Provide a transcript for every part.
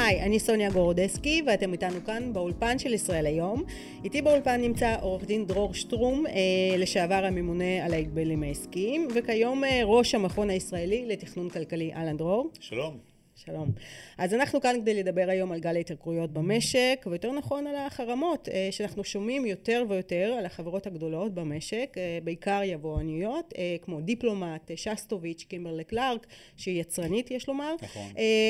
היי, אני סוניה גורודסקי, ואתם איתנו כאן באולפן של ישראל היום. איתי באולפן נמצא עורך דין דרור שטרום, לשעבר הממונה על ההגבלים העסקיים, וכיום ראש המכון הישראלי לתכנון כלכלי. אהלן דרור. שלום. שלום. אז אנחנו כאן כדי לדבר היום על גל ההתייקרויות במשק, ויותר נכון על החרמות שאנחנו שומעים יותר ויותר על החברות הגדולות במשק, בעיקר יבואניות, כמו דיפלומט, שסטוביץ', קימברלי קלארק, שהיא יצרנית, יש לומר. נכון.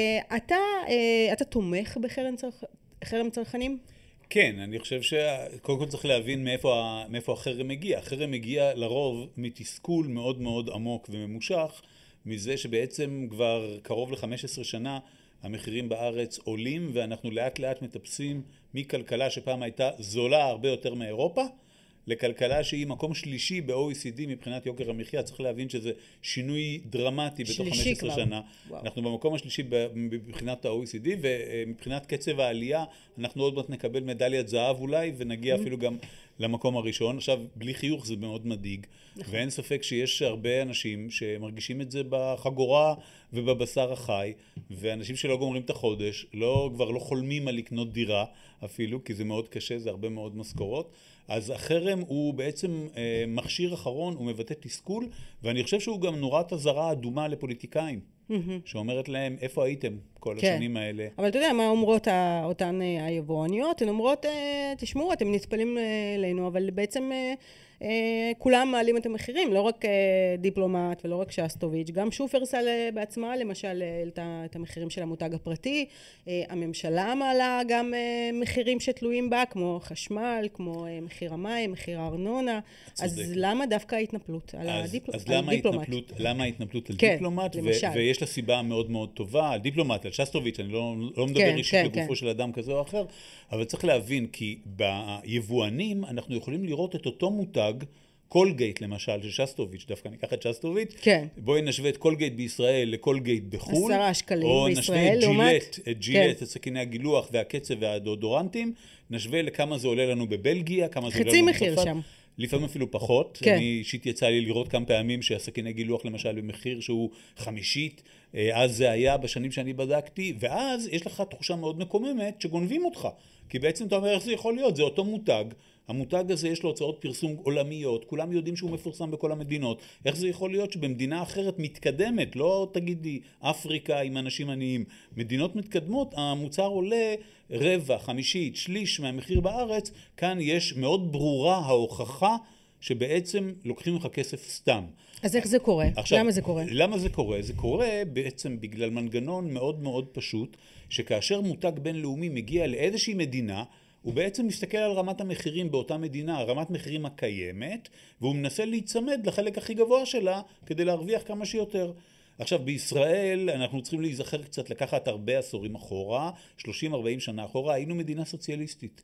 אתה תומך בחרם צרכנים? כן, אני חושב שקודם כל צריך להבין מאיפה החרם מגיע. החרם מגיע לרוב מתסכול מאוד מאוד עמוק וממושך, מזה שבעצם כבר קרוב ל-15 שנה המחירים בארץ עולים, ואנחנו לאט לאט מטפסים מכלכלה שפעם הייתה זולה הרבה יותר מאירופה, לכלכלה שהיא מקום שלישי ב-OECD מבחינת יוקר המחיה. צריך להבין שזה שינוי דרמטי בתוך 15 שנה. וואו. אנחנו במקום השלישי מבחינת ה-OECD, ומבחינת קצב העלייה אנחנו עוד מעט נקבל מדליית זהב אולי, ונגיע אפילו גם למקום הראשון. עכשיו, בלי חיוך זה מאוד מדאיג, ואין ספק שיש הרבה אנשים שמרגישים את זה בחגורה ובבשר החי, ואנשים שלא גומרים את החודש, כבר לא חולמים על לקנות דירה אפילו, כי זה מאוד קשה, זה הרבה מאוד משכורות. אז החרם הוא בעצם מכשיר אחרון, הוא מבטא תסכול, ואני חושב שהוא גם נורת אזהרה אדומה לפוליטיקאים, שאומרת להם, איפה הייתם כל השנים האלה? אבל אתה יודע, מה אומרות אותן היבואניות? הן אומרות, תשמעו, אתם נטפלים אלינו, אבל בעצם כולם מעלים את המחירים, לא רק דיפלומט ולא רק שסטוביץ', גם שופרסל בעצמה, למשל, את המחירים של המותג הפרטי, הממשלה מעלה גם מחירים שתלויים בה, כמו חשמל, כמו מחיר המים, מחיר הארנונה, אז למה דווקא ההתנפלות על הדיפלומט? אז למה ההתנפלות על דיפלומט? ויש לה סיבה מאוד מאוד טובה, על דיפלומט, על שסטוביץ', אני לא מדבר אישית לגופו של אדם כזה או אחר, אבל צריך להבין, כי ביבואנים אנחנו יכולים לראות את אותו מותג, קולגייט למשל, של שסטוביץ', דווקא ניקח את שסטוביץ', כן. בואי נשווה את קולגייט בישראל לקולגייט בחול, 10 שקלים בישראל, או נשווה את ג'ילט, את סכיני הגילוח והקצב והדאודורנטים, נשווה לכמה זה עולה לנו בבלגיה, כמה זה עולה לנו בצרפת. חצי מחיר שם. לפעמים אפילו פחות. כן. אני אישית יצא לי לראות כמה פעמים שהסכיני גילוח למשל במחיר שהוא חמישית, אז זה היה בשנים שאני בדקתי, ואז יש לך תחושה מאוד מקוממת שגונבים אותך, כי בעצם אתה אומר איך זה יכול להיות, זה אותו מותג, המותג הזה יש לו הוצאות פרסום עולמיות, כולם יודעים שהוא מפורסם בכל המדינות, איך זה יכול להיות שבמדינה אחרת מתקדמת, לא תגידי אפריקה עם אנשים עניים, מדינות מתקדמות, המוצר עולה רבע, חמישית, שליש מהמחיר בארץ, כאן יש מאוד ברורה ההוכחה שבעצם לוקחים לך כסף סתם. אז איך זה קורה? עכשיו, למה זה קורה? למה זה קורה? זה קורה בעצם בגלל מנגנון מאוד מאוד פשוט, שכאשר מותג בינלאומי מגיע לאיזושהי מדינה, הוא בעצם מסתכל על רמת המחירים באותה מדינה, רמת מחירים הקיימת, והוא מנסה להיצמד לחלק הכי גבוה שלה כדי להרוויח כמה שיותר. עכשיו, בישראל אנחנו צריכים להיזכר קצת, לקחת הרבה עשורים אחורה, 30-40 שנה אחורה, היינו מדינה סוציאליסטית.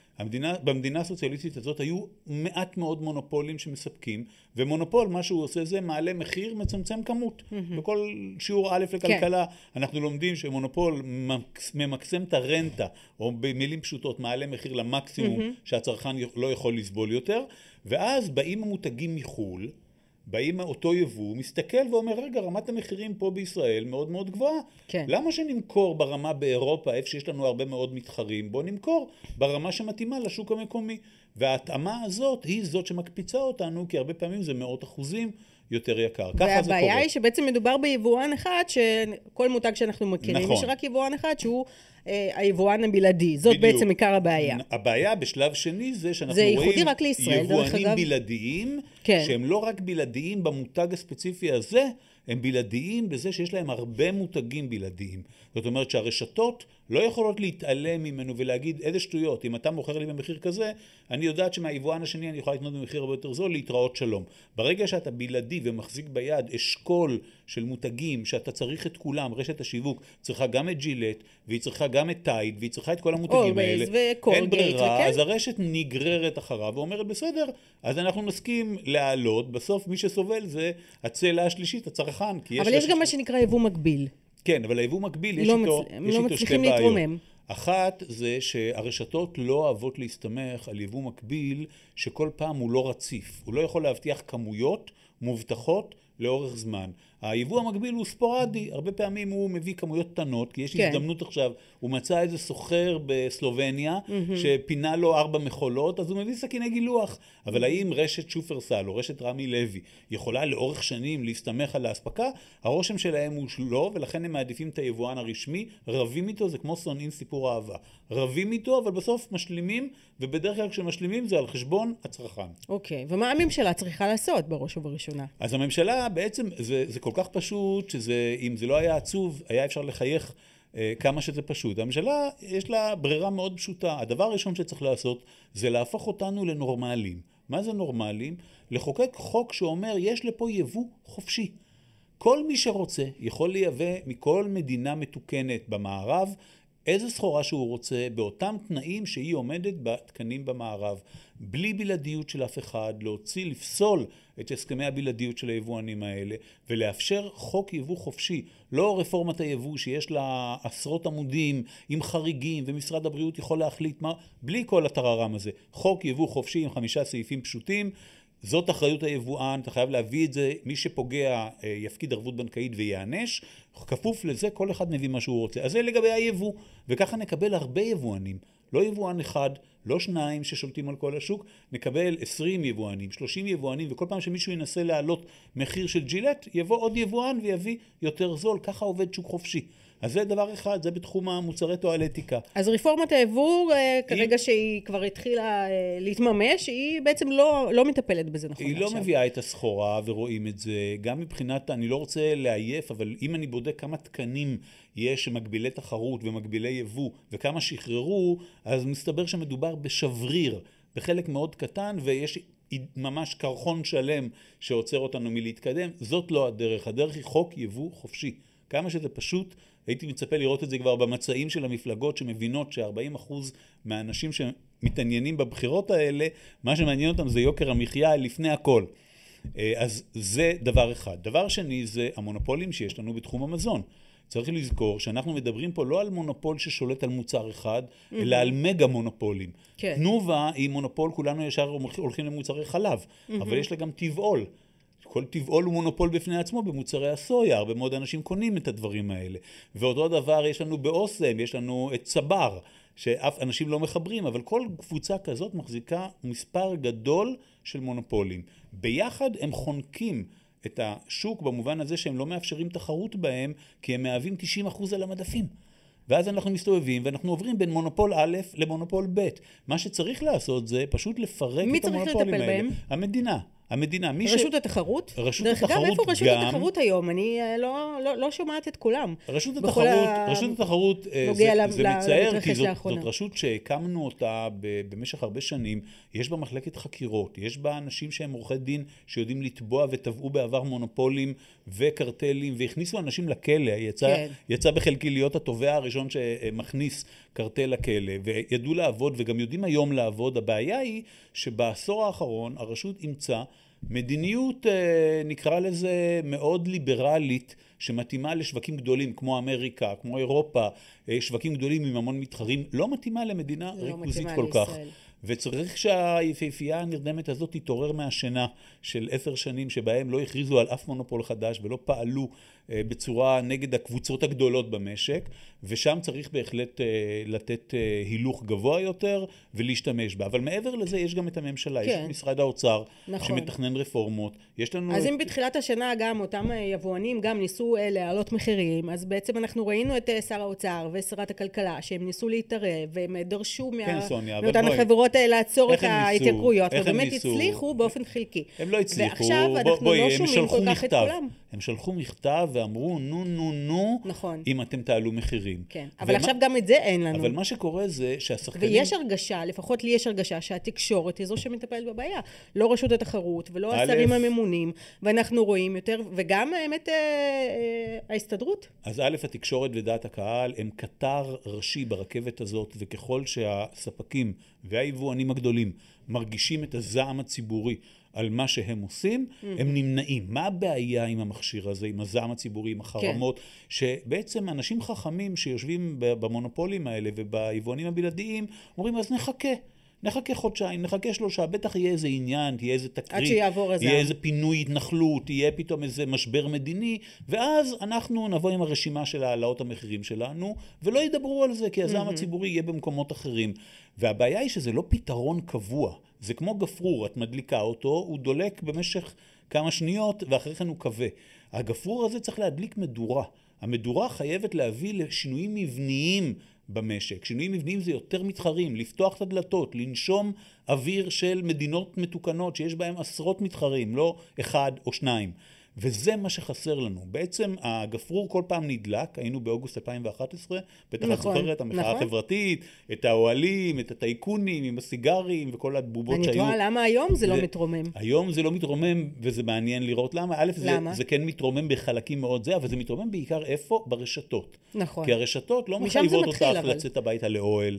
במדינה הסוציאליסטית הזאת היו מעט מאוד מונופולים שמספקים, ומונופול, מה שהוא עושה זה מעלה מחיר, מצמצם כמות. בכל שיעור א' לכלכלה, אנחנו לומדים שמונופול ממקסם את הרנטה, או במילים פשוטות, מעלה מחיר למקסימום שהצרכן לא יכול לסבול יותר, ואז באים המותגים מחול, באים אותו יבוא, מסתכל ואומר, רגע, רמת המחירים פה בישראל מאוד מאוד גבוהה. כן. למה שנמכור ברמה באירופה, איפה שיש לנו הרבה מאוד מתחרים? בוא נמכור ברמה שמתאימה לשוק המקומי. וההתאמה הזאת היא זאת שמקפיצה אותנו, כי הרבה פעמים זה מאות אחוזים יותר יקר. ככה זה קורה. והבעיה היא שבעצם מדובר ביבואן אחד, שכל מותג שאנחנו מכירים, נכון. יש רק יבואן אחד שהוא היבואן הבלעדי. זאת בדיוק. בעצם עיקר הבעיה. הבעיה בשלב שני זה שאנחנו זה רואים ייחודי רק לישראל, דרך יבואנים אגב. בלעדיים, כן. שהם לא רק בלעדיים במותג הספציפי הזה, הם בלעדיים בזה שיש להם הרבה מותגים בלעדיים. זאת אומרת שהרשתות לא יכולות להתעלם ממנו ולהגיד איזה שטויות, אם אתה מוכר לי במחיר כזה, אני יודעת שמהיבואן השני אני יכולה לקנות במחיר הרבה יותר זול, להתראות שלום. ברגע שאתה בלעדי ומחזיק ביד אשכול של מותגים שאתה צריך את כולם, רשת השיווק צריכה גם את ג'ילט, והיא צריכה גם את טייד, והיא צריכה את כל המותגים האלה. אין ברירה, אז הרשת נגררת אחריו ואומרת בסדר, אז אנחנו נסכים להעלות, בסוף מי שסובל זה הצלע השלישית, הצרכן. אבל יש גם מה שנקרא יבוא מקביל. כן, אבל היבוא מקביל יש איתו שתי בעיות. אחת זה שהרשתות לא אוהבות להסתמך על יבוא מקביל שכל פעם הוא לא רציף. הוא לא יכול להבטיח כמויות מובטחות לאורך זמן. היבוא המקביל הוא ספורדי, הרבה פעמים הוא מביא כמויות קטנות, כי יש הזדמנות עכשיו, הוא מצא איזה סוחר בסלובניה, שפינה לו 4 מכולות, אז הוא מביא סכיני גילוח. אבל האם רשת שופרסל או רשת רמי לוי יכולה לאורך שנים להסתמך על ההספקה? הרושם שלהם הוא לא, ולכן הם מעדיפים את היבואן הרשמי, רבים איתו, זה כמו שונאים סיפור אהבה. רבים איתו, אבל בסוף משלימים, ובדרך כלל כשמשלימים זה על חשבון הצרכן. אוקיי, ומה הממשלה צריכה לעשות בראש ובראשונה? אז הממשלה בעצם, זה כל כך פשוט, שאם זה לא היה עצוב, היה אפשר לחייך כמה שזה פשוט. הממשלה יש לה ברירה מאוד פשוטה. הדבר הראשון שצריך לעשות זה להפוך אותנו לנורמליים. מה זה נורמליים? לחוקק חוק שאומר יש לפה יבוא חופשי. כל מי שרוצה יכול לייבא מכל מדינה מתוקנת במערב איזה סחורה שהוא רוצה באותם תנאים שהיא עומדת בתקנים במערב, בלי בלעדיות של אף אחד, להוציא, לפסול את הסכמי הבלעדיות של היבואנים האלה, ולאפשר חוק יבוא חופשי, לא רפורמת היבוא שיש לה עשרות עמודים עם חריגים, ומשרד הבריאות יכול להחליט מה, בלי כל הטררם הזה. חוק יבוא חופשי עם 5 סעיפים פשוטים, זאת אחריות היבואן, אתה חייב להביא את זה, מי שפוגע יפקיד ערבות בנקאית ויענש, כפוף לזה כל אחד מביא מה שהוא רוצה. אז זה לגבי היבוא, וככה נקבל הרבה יבואנים, לא יבואן אחד, לא 2 ששולטים על כל השוק, נקבל 20 יבואנים, 30 יבואנים, וכל פעם שמישהו ינסה להעלות מחיר של ג'ילט, יבוא עוד יבואן ויביא יותר זול, ככה עובד שוק חופשי. אז זה דבר אחד, זה בתחום המוצרי טואלטיקה. אז רפורמת היבוא, כרגע שהיא כבר התחילה להתממש, היא בעצם לא מטפלת בזה נכון עכשיו. היא לא מביאה את הסחורה ורואים את זה, גם מבחינת, אני לא רוצה לעייף, אבל אם אני בודק כמה תקנים יש מגבילי תחרות ומגבילי יבוא, וכמה שחררו, אז מסתבר שמדובר בשבריר, בחלק מאוד קטן, ויש ממש קרחון שלם שעוצר אותנו מלהתקדם. זאת לא הדרך, הדרך היא חוק יבוא חופשי. כמה שזה פשוט, הייתי מצפה לראות את זה כבר במצעים של המפלגות שמבינות ש40% מהאנשים שמתעניינים בבחירות האלה, מה שמעניין אותם זה יוקר המחיה לפני הכל. אז זה דבר אחד. דבר שני זה המונופולים שיש לנו בתחום המזון. צריך לזכור שאנחנו מדברים פה לא על מונופול ששולט על מוצר אחד, אלא על מגה מונופולים. כן. תנובה היא מונופול, כולנו ישר הולכים למוצרי חלב, אבל יש לה גם טבעול. כל טבעול הוא מונופול בפני עצמו במוצרי הסויה, הרבה מאוד אנשים קונים את הדברים האלה. ואותו דבר יש לנו באוסם, יש לנו את צבר, שאף אנשים לא מחברים, אבל כל קבוצה כזאת מחזיקה מספר גדול של מונופולים. ביחד הם חונקים את השוק במובן הזה שהם לא מאפשרים תחרות בהם, כי הם מהווים 90% על המדפים. ואז אנחנו מסתובבים ואנחנו עוברים בין מונופול א' למונופול ב'. מה שצריך לעשות זה פשוט לפרק את המונופולים האלה. בהם? המדינה. רשות התחרות? רשות התחרות גם... איפה רשות התחרות היום? אני לא שומעת את כולם. רשות התחרות זה מצער, כי זאת רשות שהקמנו אותה במשך הרבה שנים. יש בה מחלקת חקירות, יש בה אנשים שהם עורכי דין שיודעים לתבוע וטבעו בעבר מונופולים וקרטלים, והכניסו אנשים לכלא. יצא בחלקי להיות התובע הראשון שמכניס קרטל לכלא, וידעו לעבוד וגם יודעים היום לעבוד. הבעיה היא שבעשור האחרון הרשות אימצה מדיניות, נקרא לזה, מאוד ליברלית, שמתאימה לשווקים גדולים כמו אמריקה, כמו אירופה, שווקים גדולים עם המון מתחרים, לא מתאימה למדינה ריכוזית כל כך. וצריך שהיפהפייה הנרדמת הזאת תתעורר מהשינה של 10 שנים שבהם לא הכריזו על אף מונופול חדש ולא פעלו בצורה נגד הקבוצות הגדולות במשק, ושם צריך בהחלט לתת הילוך גבוה יותר ולהשתמש בה. אבל מעבר לזה יש גם את הממשלה, יש את משרד האוצר שמתכנן רפורמות. יש לנו... אז אם בתחילת השנה גם אותם יבואנים גם ניסו להעלות מחירים, אז בעצם אנחנו ראינו את שר האוצר ושרת הכלכלה שהם ניסו להתערב והם דרשו מאותן החברות לעצור את ההתייקרויות, ובאמת הצליחו באופן חלקי. הם לא הצליחו. ועכשיו אנחנו לא שומעים כל כך את כולם. הם שלחו מכתב ואמרו נו, נכון. אם אתם תעלו מחירים. כן, אבל עכשיו גם את זה אין לנו. אבל מה שקורה זה שהשחקנים... ויש הרגשה, לפחות לי יש הרגשה, שהתקשורת היא זו שמטפלת בבעיה. לא רשות התחרות ולא השרים הממונים, ואנחנו רואים יותר, וגם האמת ההסתדרות. אז א', התקשורת ודעת הקהל הם קטר ראשי ברכבת הזאת, וככל שהספקים והיבואנים הגדולים מרגישים את הזעם הציבורי על מה שהם עושים, הם נמנעים. מה הבעיה עם המכשיר הזה, עם הזעם הציבורי, עם החרמות, שבעצם אנשים חכמים שיושבים במונופולים האלה וביבואנים הבלעדיים, אומרים, אז נחכה חודשיים, נחכה 3, בטח יהיה איזה עניין, תהיה איזה תקרית, עד שיעבור איזה... יהיה איזה פינוי התנחלות, תהיה פתאום איזה משבר מדיני, ואז אנחנו נבוא עם הרשימה של העלאות המחירים שלנו, ולא ידברו על זה, כי הזעם הציבורי יהיה במקומות אחרים. והבעיה היא שזה לא פתרון קבוע, זה כמו גפרור, את מדליקה אותו, הוא דולק במשך כמה שניות, ואחרי כן הוא כבה. הגפרור הזה צריך להדליק מדורה. המדורה חייבת להביא לשינויים מבניים במשק. שינויים מבניים זה יותר מתחרים, לפתוח את הדלתות, לנשום אוויר של מדינות מתוקנות שיש בהם עשרות מתחרים, לא 1 או 2. וזה מה שחסר לנו. בעצם הגפרור כל פעם נדלק, היינו באוגוסט 2011, בטח את זוכרת, המחאה החברתית, את האוהלים, את הטייקונים עם הסיגרים וכל הבובות שהיו. אני תוהה למה היום זה לא מתרומם. היום זה לא מתרומם, וזה מעניין לראות למה. א', זה כן מתרומם בחלקים מאוד זה, אבל זה מתרומם בעיקר איפה? ברשתות. נכון. כי הרשתות לא מחייבות אותך לצאת הביתה לאוהל,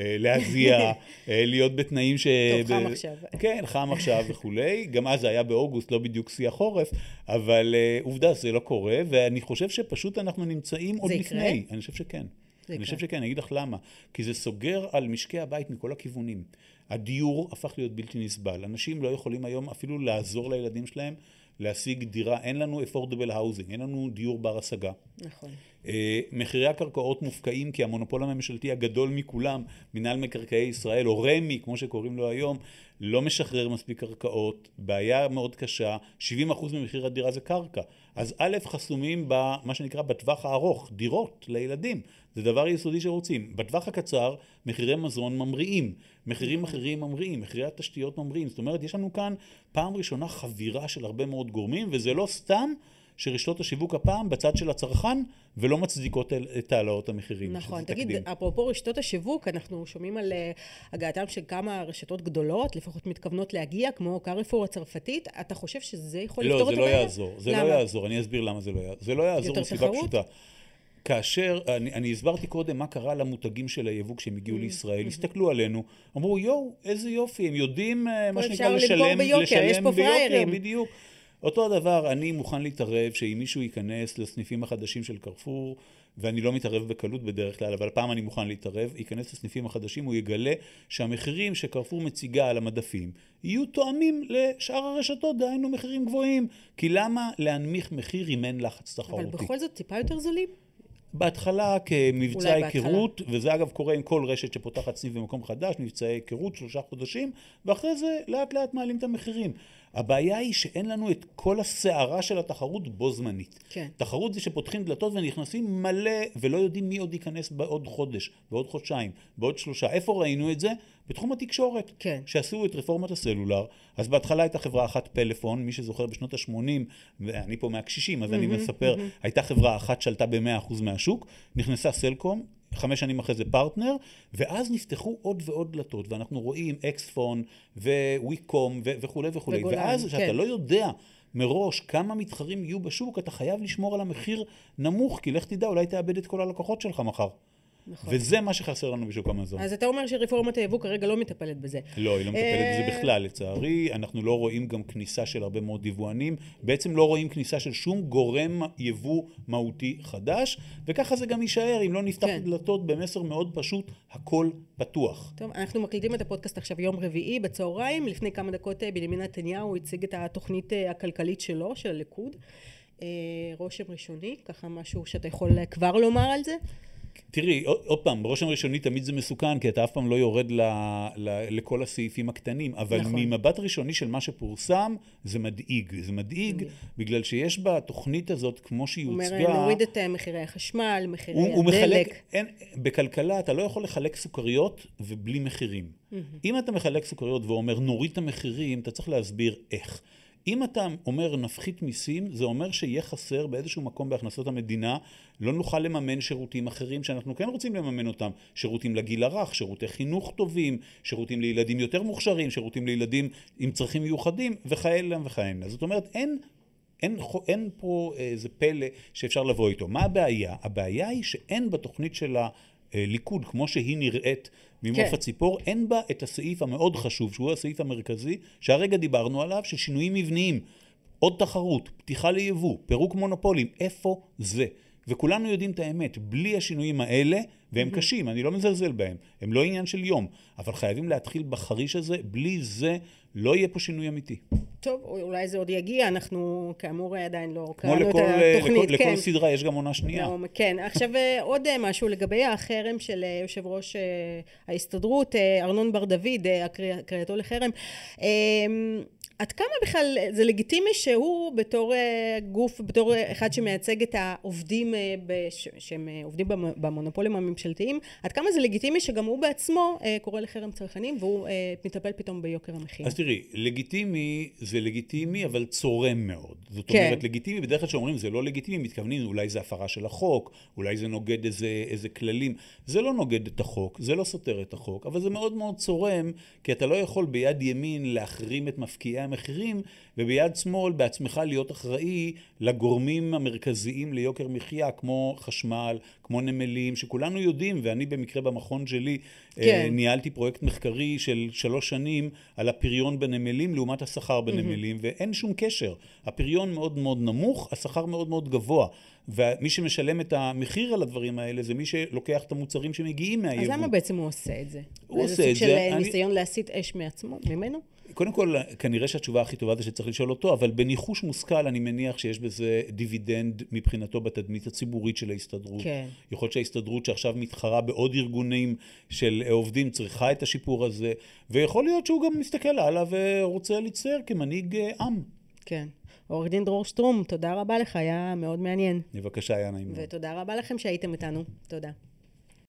להזיע, להיות בתנאים ש... טוב, חם עכשיו. כן, חם עכשיו וכולי. גם אז זה היה באוגוסט, לא בדיוק שיא החורף, אבל עובדה, זה לא קורה, ואני חושב שפשוט אנחנו נמצאים עוד לפני. אני חושב שכן. אני חושב שכן, אני אגיד לך למה. כי זה סוגר על משקי הבית מכל הכיוונים. הדיור הפך להיות בלתי נסבל. אנשים לא יכולים היום אפילו לעזור לילדים שלהם להשיג דירה. אין לנו affordable housing, אין לנו דיור בר השגה. נכון. מחירי הקרקעות מופקעים כי המונופול הממשלתי הגדול מכולם, מנהל מקרקעי ישראל, או רמי, כמו שקוראים לו היום, לא משחרר מספיק קרקעות, בעיה מאוד קשה, 70% ממחיר הדירה זה קרקע. אז א', חסומים במה שנקרא בטווח הארוך, דירות לילדים, זה דבר יסודי שרוצים. בטווח הקצר, מחירי מזון ממריאים, מחירים אחרים ממריאים, מחירי התשתיות ממריאים. זאת אומרת, יש לנו כאן פעם ראשונה חבירה של הרבה מאוד גורמים, וזה לא סתם שרשתות השיווק הפעם בצד של הצרכן, ולא מצדיקות את העלאות המחירים. נכון, תגיד, אפרופו רשתות השיווק, אנחנו שומעים על הגעתם של כמה רשתות גדולות, לפחות מתכוונות להגיע, כמו קארפור הצרפתית, אתה חושב שזה יכול לפתור את הבעיה? לא, זה לא יעזור, זה לא יעזור, אני אסביר למה זה לא יעזור. זה לא יעזור מסיבה פשוטה. כאשר, אני הסברתי קודם מה קרה למותגים של היבוא כשהם הגיעו לישראל, הסתכלו עלינו, אמרו, יואו, איזה יופי, הם יודעים מה שנקרא לשלם ביוקר, בדיוק. אותו הדבר, אני מוכן להתערב שאם מישהו ייכנס לסניפים החדשים של קרפור, ואני לא מתערב בקלות בדרך כלל, אבל פעם אני מוכן להתערב, ייכנס לסניפים החדשים, הוא יגלה שהמחירים שקרפור מציגה על המדפים, יהיו תואמים לשאר הרשתות, דהיינו מחירים גבוהים. כי למה להנמיך מחיר אם אין לחץ תחרותי? אבל בכל זאת טיפה יותר זולים? בהתחלה כמבצע היכרות, וזה אגב קורה עם כל רשת שפותחת סניף במקום חדש, מבצעי היכרות 3 חודשים, ואחרי זה לאט לאט מעלים את המחירים. הבעיה היא שאין לנו את כל הסערה של התחרות בו זמנית. כן. תחרות זה שפותחים דלתות ונכנסים מלא, ולא יודעים מי עוד ייכנס בעוד חודש, בעוד חודשיים, בעוד 3. איפה ראינו את זה? בתחום התקשורת. כן. שעשו את רפורמת הסלולר, אז בהתחלה הייתה חברה אחת פלאפון, מי שזוכר בשנות ה-80, ואני פה מהקשישים, אז אני מספר, הייתה חברה אחת שלטה ב-100% מהשוק, נכנסה סלקום, 5 שנים אחרי זה פרטנר, ואז נפתחו עוד ועוד דלתות, ואנחנו רואים אקספון וויקום וכו' וכו'. ואז שאתה לא יודע מראש כמה מתחרים יהיו בשוק, אתה חייב לשמור על המחיר נמוך, כי לך תדע, אולי תאבד את כל הלקוחות שלך מחר. נכון. וזה מה שחסר לנו בשוק המזון. אז אתה אומר שרפורמת היבוא כרגע לא מטפלת בזה. לא, היא לא מטפלת בזה בכלל, לצערי. אנחנו לא רואים גם כניסה של הרבה מאוד יבואנים. בעצם לא רואים כניסה של שום גורם יבוא מהותי חדש, וככה זה גם יישאר, אם לא נפתח דלתות במסר מאוד פשוט, הכל פתוח. טוב, אנחנו מקליטים את הפודקאסט עכשיו יום רביעי בצהריים. לפני כמה דקות בנימין נתניהו הציג את התוכנית הכלכלית שלו, של הליכוד. רושם ראשוני, ככה משהו שאתה יכול כבר לומר על זה? תראי, עוד פעם, ברושם ראשוני תמיד זה מסוכן, כי אתה אף פעם לא יורד לכל הסעיפים הקטנים, אבל נכון. ממבט ראשוני של מה שפורסם, זה מדאיג. זה מדאיג בגלל שיש בתוכנית הזאת, כמו שהיא הוצגה... הוא אומר, נוריד את מחירי החשמל, מחירי הדלק. בכלכלה אתה לא יכול לחלק סוכריות ובלי מחירים. אם אתה מחלק סוכריות ואומר, נוריד את המחירים, אתה צריך להסביר איך. אם אתה אומר נפחית מיסים, זה אומר שיהיה חסר באיזשהו מקום בהכנסות המדינה, לא נוכל לממן שירותים אחרים שאנחנו כן רוצים לממן אותם, שירותים לגיל הרך, שירותי חינוך טובים, שירותים לילדים יותר מוכשרים, שירותים לילדים עם צרכים מיוחדים, וכאלה וכאלה. זאת אומרת, אין פה איזה פלא שאפשר לבוא איתו. מה הבעיה? הבעיה היא שאין בתוכנית של הליכוד, כמו שהיא נראית ממוף הציפור, אין בה את הסעיף המאוד חשוב, שהוא הסעיף המרכזי, שהרגע דיברנו עליו, של שינויים מבניים, עוד תחרות, פתיחה ליבוא, פירוק מונופולים, איפה זה? וכולנו יודעים את האמת, בלי השינויים האלה, והם קשים, אני לא מזלזל בהם, הם לא עניין של יום, אבל חייבים להתחיל בחריש הזה, בלי זה לא יהיה פה שינוי אמיתי. טוב, אולי זה עוד יגיע, אנחנו כאמור עדיין לא כמו קראנו את התוכנית. לכל סדרה יש גם עונה שנייה. כן, עכשיו עוד משהו לגבי החרם של יושב ראש ההסתדרות, ארנון בר דוד, קריאתו לחרם. עד כמה בכלל זה לגיטימי שהוא בתור גוף, בתור אחד שמייצג את העובדים שהם עובדים במונופולים הממשלתיים, עד כמה זה לגיטימי שגם הוא בעצמו קורא לחרם צרכנים והוא מטפל פתאום ביוקר המחיה? אז תראי, לגיטימי זה לגיטימי אבל צורם מאוד. זאת אומרת, לגיטימי, בדרך כלל שאומרים זה לא לגיטימי, מתכוונים אולי זה הפרה של החוק, אולי זה נוגד איזה כללים. זה לא נוגד את החוק, זה לא סותר את החוק, אבל זה מאוד מאוד צורם, כי אתה לא יכול ביד ימין להחרים את מפקיעי המחירים, וביד שמאל בעצמך להיות אחראי לגורמים המרכזיים ליוקר מחיה, כמו חשמל, כמו נמלים, שכולנו יודעים, ואני במקרה במכון שלי ניהלתי פרויקט מחקרי של 3 שנים על הפריון בנמלים לעומת השכר בנמלים, ואין שום קשר. הפריון מאוד מאוד נמוך, השכר מאוד מאוד גבוה. ומי שמשלם את המחיר על הדברים האלה זה מי שלוקח את המוצרים שמגיעים מהיבוא. אז למה בעצם הוא עושה את זה? הוא עושה את זה. איזה סוג של ניסיון להסיט אש מעצמו, ממנו? קודם כל, כנראה שהתשובה הכי טובה זה שצריך לשאול אותו, אבל בניחוש מושכל אני מניח שיש בזה דיבידנד מבחינתו בתדמית הציבורית של ההסתדרות. כן. יכול להיות שההסתדרות שעכשיו מתחרה בעוד ארגונים של עובדים צריכה את השיפור הזה, ויכול להיות שהוא גם מסתכל עליו ורוצה להצטייר כמנהיג עם. כן. עורך דין דרור שטרום, תודה רבה לך, היה מאוד מעניין. בבקשה, היה נעים מאוד. ותודה רבה לכם שהייתם איתנו. תודה.